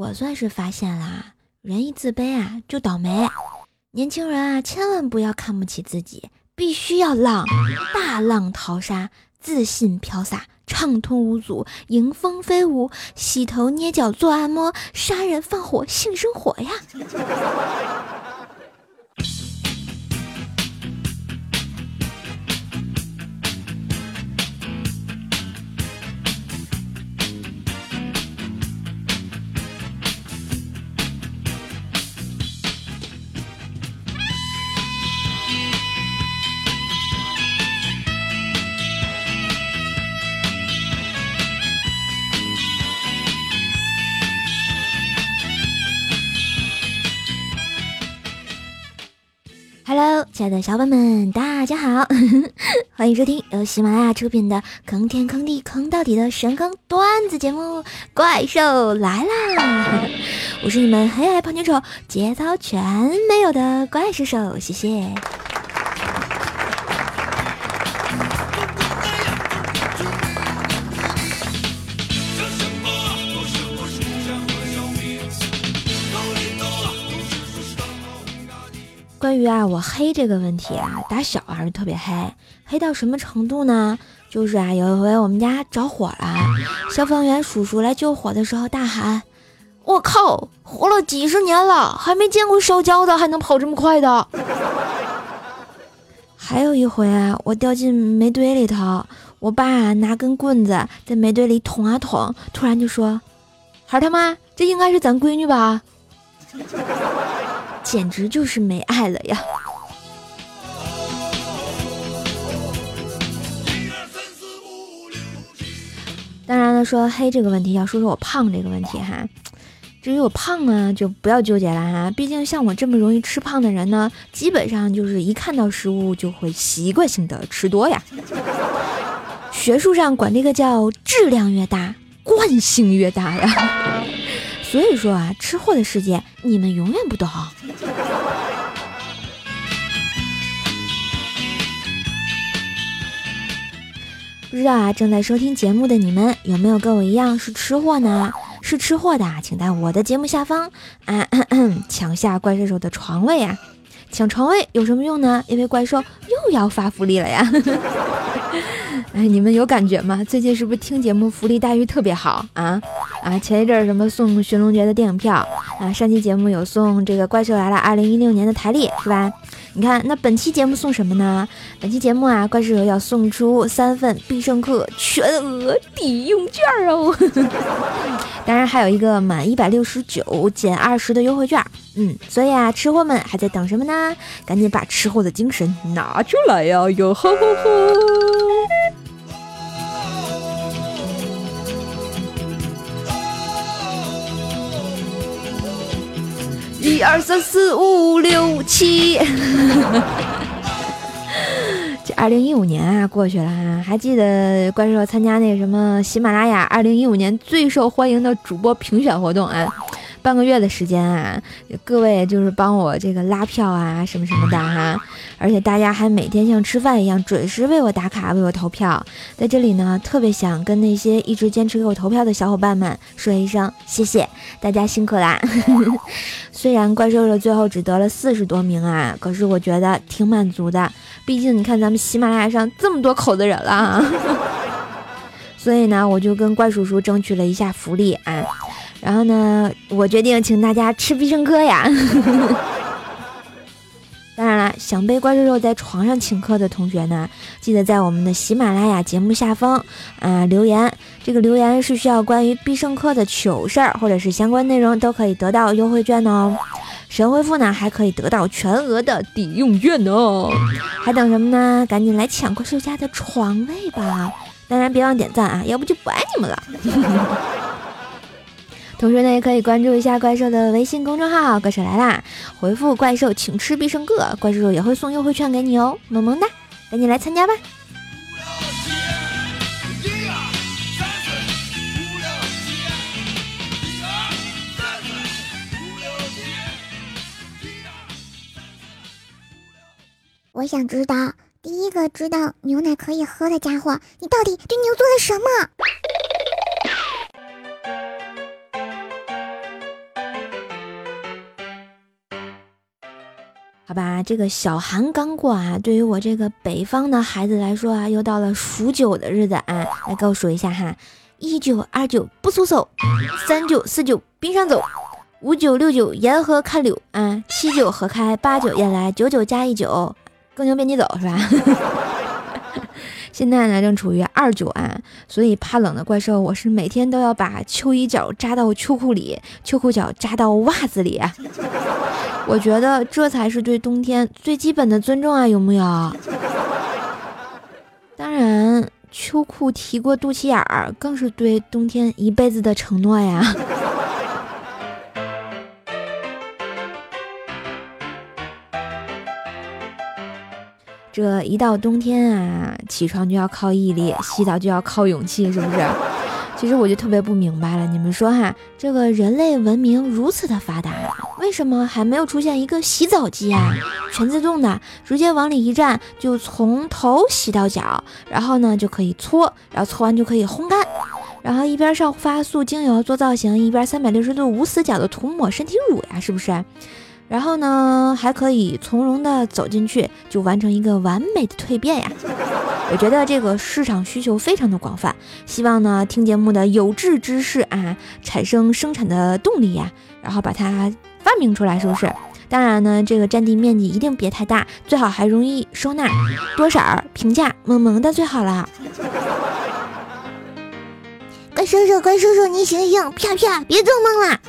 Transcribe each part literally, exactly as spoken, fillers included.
我算是发现啦，人一自卑啊就倒霉。年轻人啊，千万不要看不起自己，必须要浪，大浪淘沙，自信飘洒，畅通无阻，迎风飞舞，洗头捏脚做按摩，杀人放火性生活呀。Hello， 亲爱的小伙伴们，大家好，欢迎收听由喜马拉雅出品的坑天坑地坑到底的神坑段子节目《怪兽来啦》，我是你们黑矮胖妞丑、节操全没有的怪兽手，谢谢。关于啊我黑这个问题啊，打小还是特别黑，黑到什么程度呢？就是啊有一回我们家着火了，消防员叔叔来救火的时候大喊：我靠，活了几十年了，还没见过烧焦的还能跑这么快的。还有一回啊，我掉进煤堆里头，我爸啊拿根棍子在煤堆里捅啊捅，突然就说：孩他妈，这应该是咱闺女吧。简直就是没爱了呀。当然了，说黑这个问题，要说说我胖这个问题哈。至于我胖啊，就不要纠结了哈。毕竟像我这么容易吃胖的人呢，基本上就是一看到食物就会习惯性的吃多呀。学术上管这个叫质量越大，惯性越大呀。所以说啊，吃货的世界你们永远不懂。不知道啊，正在收听节目的你们有没有跟我一样是吃货呢？是吃货的，请在我的节目下方啊咳咳抢下怪兽手的床位啊！抢床位有什么用呢？因为怪兽又要发福利了呀！哎，你们有感觉吗？最近是不是听节目福利待遇特别好啊？啊，前一阵什么送寻龙诀的电影票啊，上期节目有送这个怪兽来了二零一六年的台历是吧？你看，那本期节目送什么呢？本期节目啊，怪兽要送出三份必胜客全额抵用券哦。当然还有一个满一百六十九减二十的优惠券。嗯，所以啊，吃货们还在等什么呢？赶紧把吃货的精神拿出来呀！哟吼吼吼！一二三四五六七。这二零一五年啊过去了啊，还记得怪兽参加那什么喜马拉雅二零一五年最受欢迎的主播评选活动啊？半个月的时间啊，各位就是帮我这个拉票啊什么什么的哈，而且大家还每天像吃饭一样准时为我打卡，为我投票。在这里呢，特别想跟那些一直坚持给我投票的小伙伴们说一声谢谢，大家辛苦啦。虽然怪兽兽最后只得了四十多名啊，可是我觉得挺满足的，毕竟你看咱们喜马拉雅上这么多口的人了啊。所以呢，我就跟怪叔叔争取了一下福利啊。然后呢，我决定请大家吃必胜客呀。当然了，想被怪兽兽在床上请客的同学呢，记得在我们的喜马拉雅节目下方啊、呃、留言。这个留言是需要关于必胜客的糗事儿或者是相关内容，都可以得到优惠券哦。神回复呢，还可以得到全额的抵用券哦。还等什么呢？赶紧来抢怪兽家的床位吧！当然别忘点赞啊，要不就不爱你们了。同时呢，也可以关注一下怪兽的微信公众号，怪兽来啦！回复怪兽请吃必胜客，怪兽也会送优惠券给你哦，萌萌哒，赶紧来参加吧！ 我想知道，第一个知道牛奶可以喝的家伙，你到底对牛做了什么？ 好吧，这个小寒刚过啊，对于我这个北方的孩子来说啊，又到了数九的日子啊，来跟我数一下哈，一九二九不出手，三九四九冰上走，五九六九沿河看柳啊，七九河开，八九雁来，九九加一九，更牛别你走是吧？现在呢正处于二九啊，所以怕冷的怪兽，我是每天都要把秋衣角扎到秋裤里，秋裤角扎到袜子里。我觉得这才是对冬天最基本的尊重啊，有木有？当然，秋裤提过肚脐眼儿，更是对冬天一辈子的承诺呀。这一到冬天啊，起床就要靠毅力，洗澡就要靠勇气，是不是？其实我就特别不明白了，你们说哈，这个人类文明如此的发达，为什么还没有出现一个洗澡机啊？全自动的，直接往里一站，就从头洗到脚，然后呢就可以搓，然后搓完就可以烘干，然后一边上发素精油做造型，一边三百六十度无死角的涂抹身体乳呀，是不是？然后呢，还可以从容的走进去，就完成一个完美的蜕变呀！我觉得这个市场需求非常的广泛，希望呢听节目的有志之士啊，产生生产的动力呀，然后把它发明出来，是不是？当然呢，这个占地面积一定别太大，最好还容易收纳，多色儿平价萌萌的最好了。 怪叔叔，怪叔叔，你醒醒，啪啪，别做梦啦！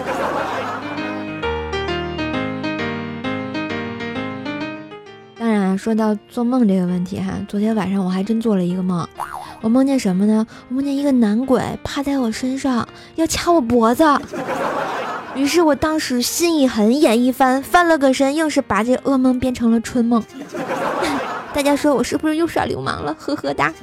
当然，说到做梦这个问题哈，昨天晚上我还真做了一个梦。我梦见什么呢？我梦见一个男鬼趴在我身上，要掐我脖子。于是我当时心一狠，眼一翻，翻了个身，硬是把这噩梦变成了春梦。大家说我是不是又耍流氓了？呵呵哒。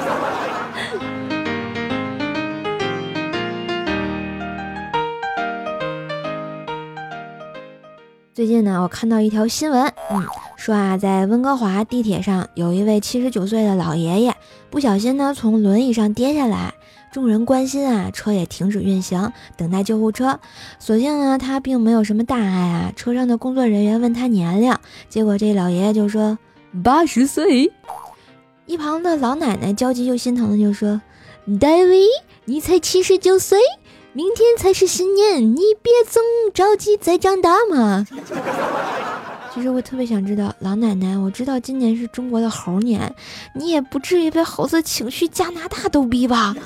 最近呢，我看到一条新闻，嗯，说啊，在温哥华地铁上，有一位七十九岁的老爷爷不小心呢从轮椅上跌下来，众人关心啊，车也停止运行，等待救护车。所幸呢，他并没有什么大碍啊。车上的工作人员问他年龄，结果这老爷爷就说八十岁。一旁的老奶奶焦急又心疼的就说：“大卫，你才七十九岁。”明天才是新年，你别总着急再长大嘛。其实我特别想知道，老奶奶，我知道今年是中国的猴年，你也不至于被猴子请去加拿大逗逼吧？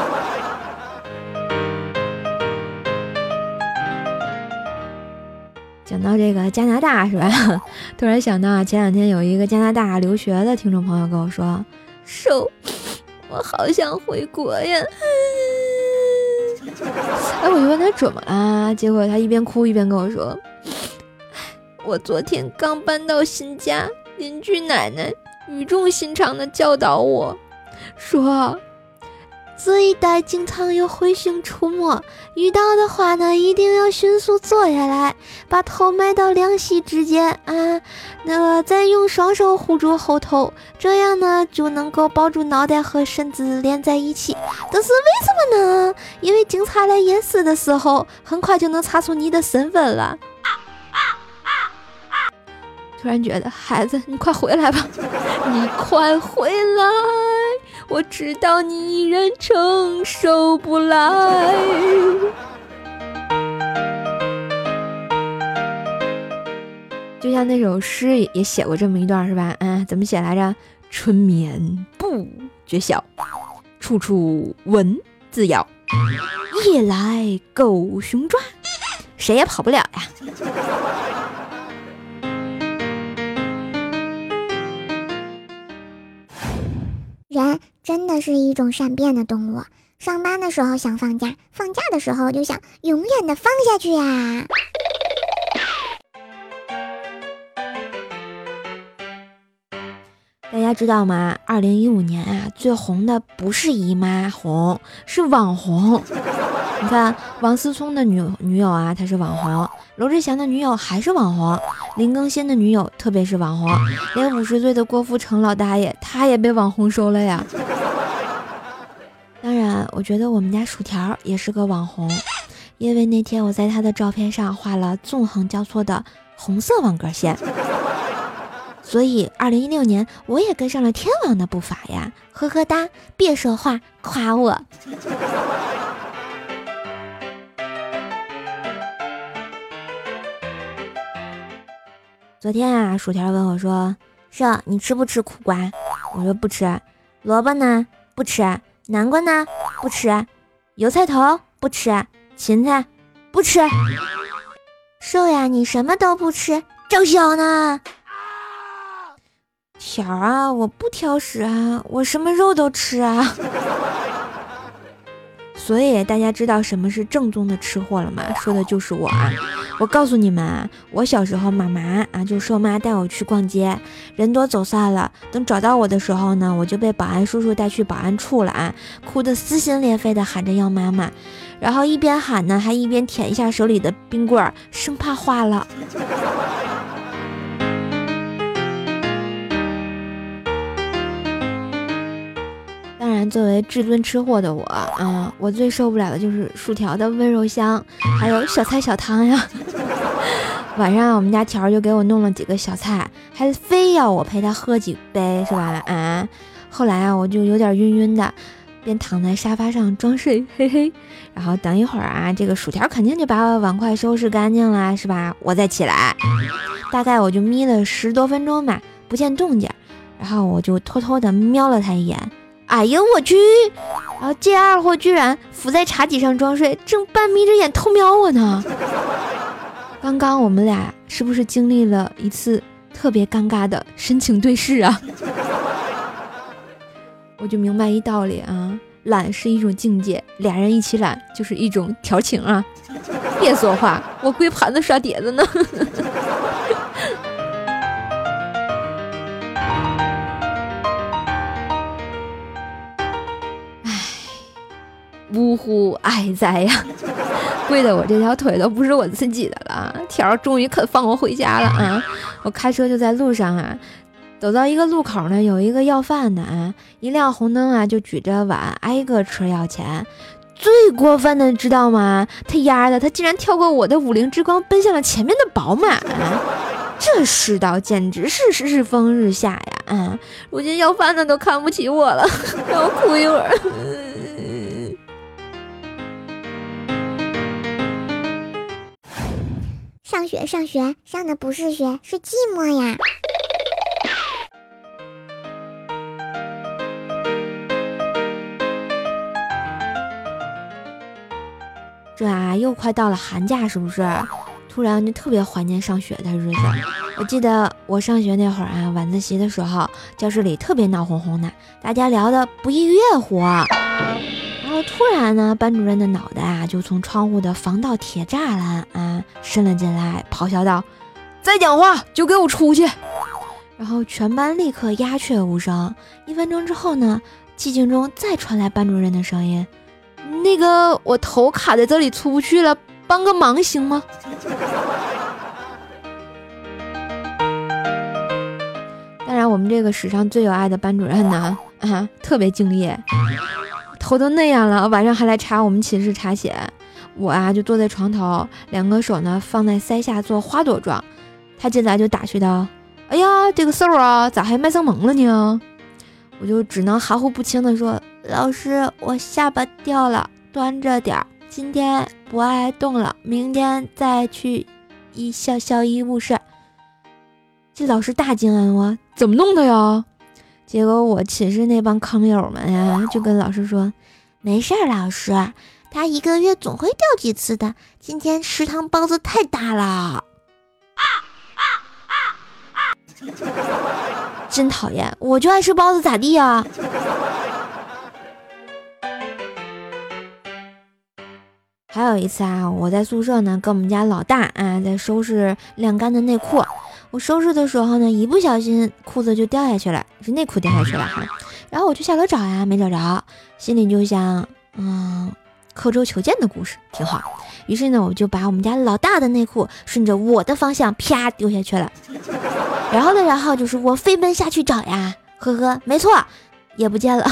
讲到这个加拿大是吧？突然想到啊，前两天有一个加拿大留学的听众朋友跟我说：“手，我好想回国呀。”哎，我就问他怎么啦，结果他一边哭一边跟我说：“我昨天刚搬到新家，邻居奶奶语重心长地教导我，说这一带经常有彗星出没，遇到的话呢，一定要迅速坐下来，把头埋到两膝之间啊，那个再用双手护住后头，这样呢就能够保住脑袋和身子连在一起。但是为什么呢？因为警察来验尸的时候，很快就能查出你的身份了。”突然觉得，孩子，你快回来吧，你快回来，我知道你依然承受不来。就像那首诗也写过这么一段是吧？嗯，怎么写来着？春眠不觉晓，处处蚊子咬，夜来狗熊抓，谁也跑不了呀。 人真的是一种善变的动物，上班的时候想放假，放假的时候就想永远的放下去呀。 大家知道吗？二零一五年啊，最红的不是姨妈红，是网红。你看，王思聪的女女友啊，她是网红；罗志祥的女友还是网红；林更新的女友特别是网红，连五十岁的郭富城老大爷，他也被网红收了呀。当然，我觉得我们家薯条也是个网红，因为那天我在他的照片上画了纵横交错的红色网格线。所以二零一六年我也跟上了天王的步伐呀，呵呵哒，别说话，夸我。昨天啊，薯条问我说：“少，你吃不吃苦瓜？”我说不吃。萝卜呢？不吃。南瓜呢？不吃。油菜头？不吃。芹菜？不吃。瘦呀，你什么都不吃，周小呢？条啊，我不挑食啊，我什么肉都吃啊。所以大家知道什么是正宗的吃货了吗？说的就是我啊！我告诉你们啊，我小时候妈妈啊就瘦妈带我去逛街，人多走散了，等找到我的时候呢，我就被保安叔叔带去保安处了啊，哭得撕心裂肺的喊着要妈妈，然后一边喊呢还一边舔一下手里的冰棍儿，生怕化了。作为至尊吃货的我啊、嗯，我最受不了的就是薯条的温柔乡，还有小菜小汤呀。晚上我们家条就给我弄了几个小菜，还非要我陪他喝几杯，是吧？啊，后来啊，我就有点晕晕的，便躺在沙发上装睡，嘿嘿。然后等一会儿啊，这个薯条肯定就把我碗筷收拾干净了，是吧？我再起来，大概我就眯了十多分钟吧，不见动静，然后我就偷偷的瞄了他一眼。哎呦我去！然后这二货居然伏在茶几上装睡，正半眯着眼偷瞄我呢。刚刚我们俩是不是经历了一次特别尴尬的深情对视啊？我就明白一道理啊，懒是一种境界，俩人一起懒就是一种调情啊。别说话，我龟盘子刷碟子呢。呜呼哀哉呀，跪的我这条腿都不是我自己的了。条终于肯放我回家了啊！我开车就在路上啊，走到一个路口呢，有一个要饭的啊，一亮红灯啊，就举着碗挨个车要钱。最过分的知道吗？他丫的，他竟然跳过我的五菱之光，奔向了前面的宝马。这世道简直是世风日下呀！啊，如今要饭的都看不起我了，让我哭一会儿。 上学上学上的不是学，是寂寞呀。 这啊又快到了寒假，是不是？突然就特别怀念上学的日子。我记得我上学那会儿啊，晚自习的时候，教室里特别闹哄哄的，大家聊得不亦乐乎。然后突然呢，班主任的脑袋啊就从窗户的防盗铁栅栏啊伸了进来，咆哮道：“再讲话就给我出去！”然后全班立刻鸦雀无声。一分钟之后呢，寂静中再传来班主任的声音：“那个，我头卡在这里出不去了，帮个忙行吗？”当然，我们这个史上最有爱的班主任呢，啊，特别敬业。头都那样了，晚上还来查我们寝室查写。我啊就坐在床头，两个手呢放在腮下做花朵状。他进来就打趣道：“哎呀，这个瘦啊，咋还卖生萌了呢？”我就只能含糊不清的说：“老师，我下巴掉了，端着点，今天不爱动了，明天再去一校校医务室。”这老师大惊啊，我怎么弄的呀？结果我寝室那帮坑友们呀，就跟老师说：“没事儿，老师，他一个月总会掉几次的。今天食堂包子太大了。”啊啊啊啊、真讨厌，我就爱吃包子，咋地呀？还有一次啊，我在宿舍呢，跟我们家老大啊在收拾晾干的内裤。我收拾的时候呢，一不小心裤子就掉下去了，是内裤掉下去了哈。然后我就下楼找呀，没找着，心里就想，嗯，刻舟求剑的故事挺好。于是呢，我就把我们家老大的内裤顺着我的方向啪丢下去了。然后呢，然后就是我飞奔下去找呀，呵呵，没错，也不见了。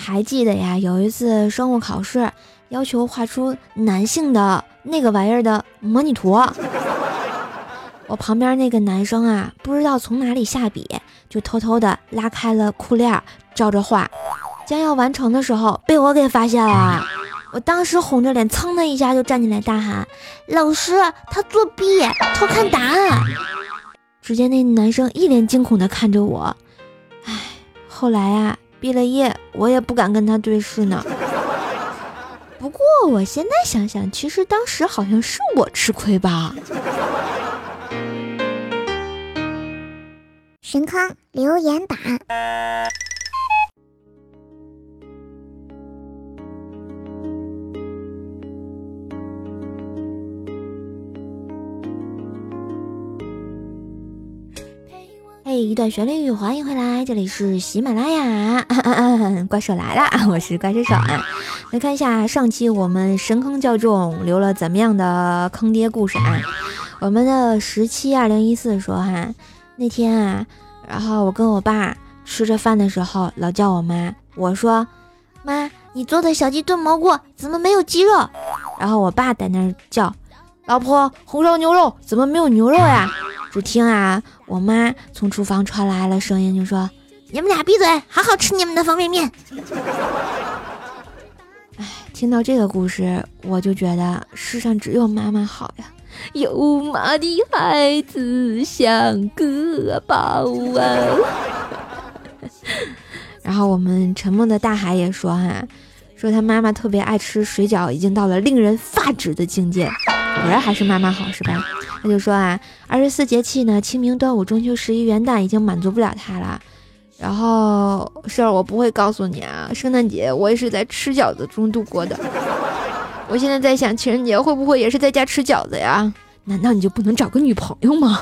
还记得呀，有一次生物考试要求画出男性的那个玩意儿的模拟图，我旁边那个男生啊，不知道从哪里下笔，就偷偷的拉开了裤链，照着画，将要完成的时候被我给发现了。我当时红着脸噌的一下就站起来大喊，老师他作弊，偷看答案。只见那男生一脸惊恐的看着我，唉，后来啊毕了业我也不敢跟他对视呢。不过我现在想想，其实当时好像是我吃亏吧。 神坑留言板。 嘿，一段旋律，欢迎回来，这里是喜马拉雅，怪兽来了，我是怪兽手啊。来看一下上期我们神坑教众留了怎么样的坑爹故事啊？我们的十七二零一四说哈，那天啊，然后我跟我爸吃着饭的时候老叫我妈，我说妈，你做的小鸡炖蘑菇怎么没有鸡肉？然后我爸在那叫，老婆，红烧牛肉怎么没有牛肉呀？只听啊，我妈从厨房传来了声音，就说：“你们俩闭嘴，好好吃你们的方便面。”哎，听到这个故事，我就觉得世上只有妈妈好呀。有妈的孩子像个宝啊。然后我们沉默的大海也说哈，说他妈妈特别爱吃水饺，已经到了令人发指的境界。果然还是妈妈好是吧？他就说啊，二十四节气呢，清明、端午、中秋、十一、元旦已经满足不了他了。然后事儿我不会告诉你啊，圣诞节我也是在吃饺子中度过的。我现在在想，情人节会不会也是在家吃饺子呀？难道你就不能找个女朋友吗？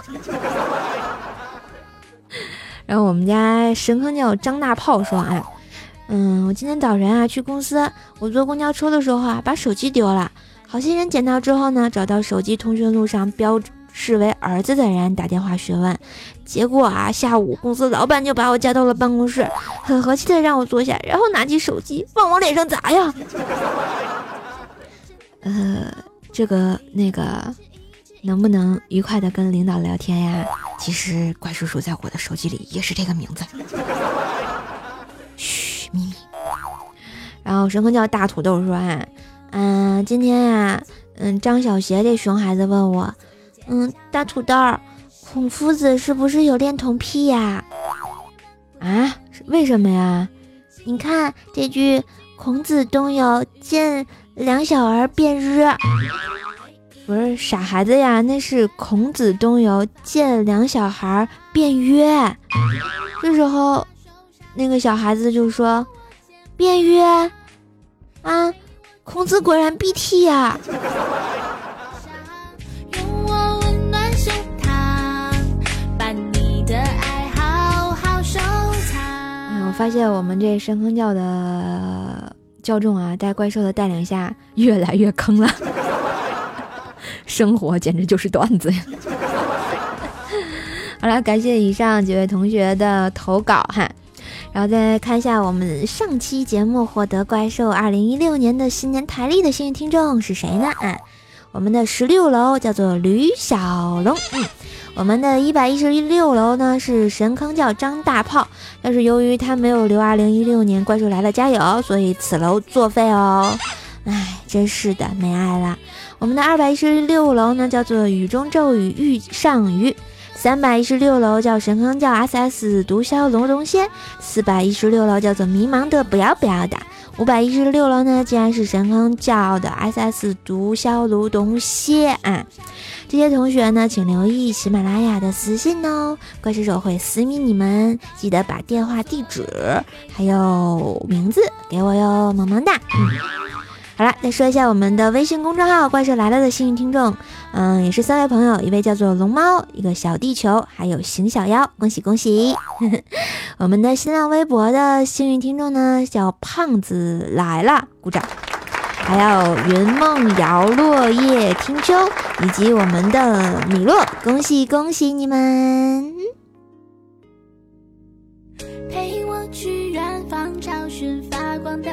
然后我们家神坑叫张大炮说，哎，嗯，我今天早晨啊去公司，我坐公交车的时候啊把手机丢了。好心人捡到之后呢，找到手机通讯录上标示为儿子的人打电话询问，结果啊下午公司老板就把我叫到了办公室，很和气的让我坐下，然后拿起手机往我脸上砸呀。呃，这个那个能不能愉快的跟领导聊天呀？其实怪叔叔在我的手机里也是这个名字。嘘，秘密。然后神坑叫大土豆说啊，嗯、呃，今天啊，嗯，张小邪这熊孩子问我，嗯，大土豆，孔夫子是不是有恋童癖呀？啊，为什么呀？你看这句孔子东游，见两小儿便日。不是傻孩子呀，那是孔子东游，见两小孩便约。这时候那个小孩子就说，便约啊，孔子果然 B T 呀。我发现我们这深坑教的教众啊，在怪兽的带领下越来越坑了。生活简直就是段子呀。好了，感谢以上几位同学的投稿哈。然后再看一下我们上期节目获得怪兽二零一六年的新年台历的幸运听众是谁呢？啊，我们的十六楼叫做吕小龙，嗯，我们的一百一十六楼呢是神坑教张大炮，但是由于他没有留二零一六年怪兽来了加油，所以此楼作废哦。唉，真是的，没爱了。我们的二百一十六楼呢叫做雨中骤雨遇上雨，三百一十六楼叫神坑教 S S 毒枭龙龙蝎，四百一十六楼叫做迷茫的不要不要的，五百一十六楼呢竟然是神坑教的 S S 毒枭卢龙蝎啊！这些同学呢，请留意喜马拉雅的私信哦，怪兽手会私密你们，记得把电话、地址还有名字给我哟，萌萌哒！嗯。好了，再说一下我们的微信公众号怪兽来了的幸运听众，嗯，也是三位朋友，一位叫做龙猫，一个小地球，还有邢小妖，恭喜恭喜！我们的新浪微博的幸运听众呢叫胖子来了，鼓掌！还有云梦瑶、落叶听秋，以及我们的米洛，恭喜恭喜你们！陪我去远方找寻发光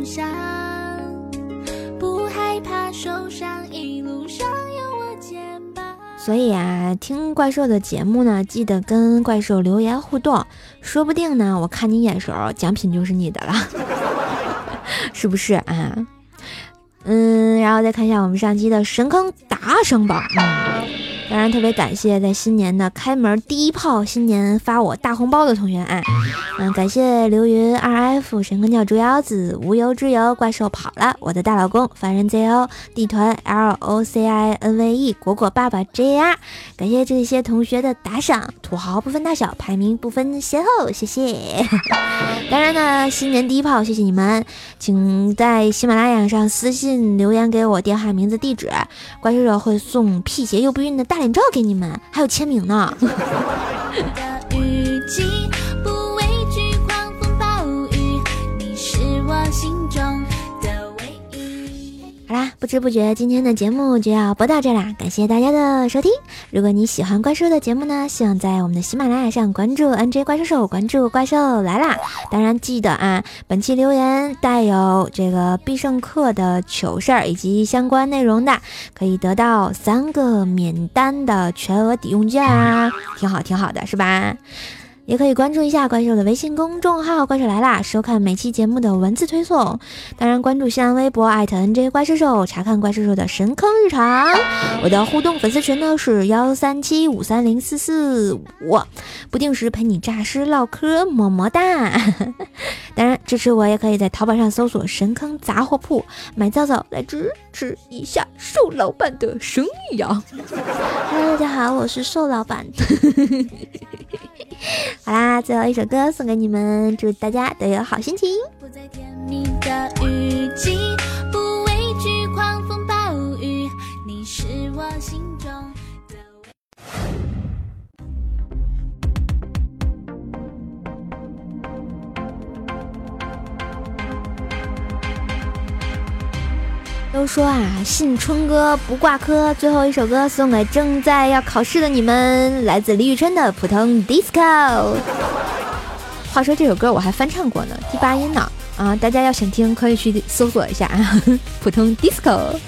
想，不害怕受伤，一路上有我肩膀。 所以啊，听怪兽的节目呢，记得跟怪兽留言互动，说不定呢，我看你眼熟，奖品就是你的了，是不是啊？嗯，然后再看一下我们上期的神坑打赏榜，嗯，当然特别感谢在新年的开门第一炮，新年发我大红包的同学啊，嗯，感谢流云 R F 神坑教竹腰子无忧之游怪兽跑了我的大老公凡人 Z O 地团 L O C I N V E 果果爸爸 J R， 感谢这些同学的打赏，土豪不分大小，排名不分先后，谢谢。当然呢，新年第一炮，谢谢你们，请在喜马拉雅上私信留言给我，电话、名字、地址，怪兽手会送辟邪又不孕的大脸照给你们，还有签名呢。 的雨季不畏惧狂风暴雨，你是我心中的唯一。 好啦，不知不觉今天的节目就要播到这啦，感谢大家的收听。如果你喜欢怪兽的节目呢，希望在我们的喜马拉雅上关注 N J 怪兽手，关注怪兽来啦。当然记得啊，本期留言带有这个必胜客的糗事儿以及相关内容的，可以得到三个免单的全额抵用券啊，挺好挺好的，是吧？也可以关注一下怪兽的微信公众号怪兽来啦，收看每期节目的文字推送。当然关注新浪微博艾特 N J 怪兽手，查看怪兽手的神坑日常。我的互动粉丝群呢是幺三七五三零四四五，不定时陪你诈尸唠嗑，么么哒。当然支持我也可以在淘宝上搜索神坑杂货铺，买皂皂来支持一下瘦老板的生意呀。Hello， 大家好，我是瘦老板。好啦，最后一首歌送给你们，祝大家都有好心情。 不再甜蜜的雨季，不畏惧狂风暴雨，你是我心中的都说啊，信春歌不挂科。最后一首歌送给正在要考试的你们，来自李宇春的《普通 Disco》。话说这首歌我还翻唱过呢，第八音呢啊！大家要想听可以去搜索一下啊，《普通 Disco》。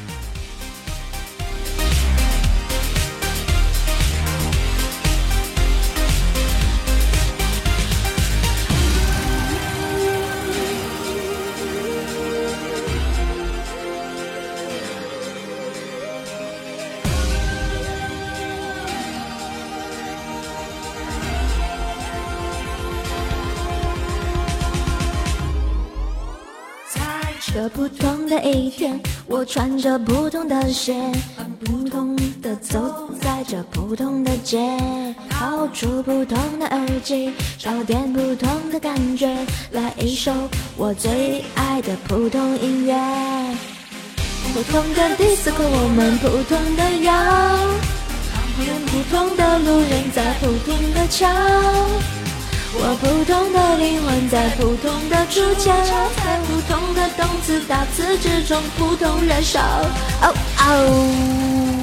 这不同的一天，我穿着不同的鞋，不同的走在这不同的街，掏出不同的耳机，找点不同的感觉，来一首我最爱的普通音乐。普通的 disco， 我们普通的摇，普通的路人在普通的桥，我普通的灵魂在普通的主角，在普通的动词大词之中普通燃烧。哦哦。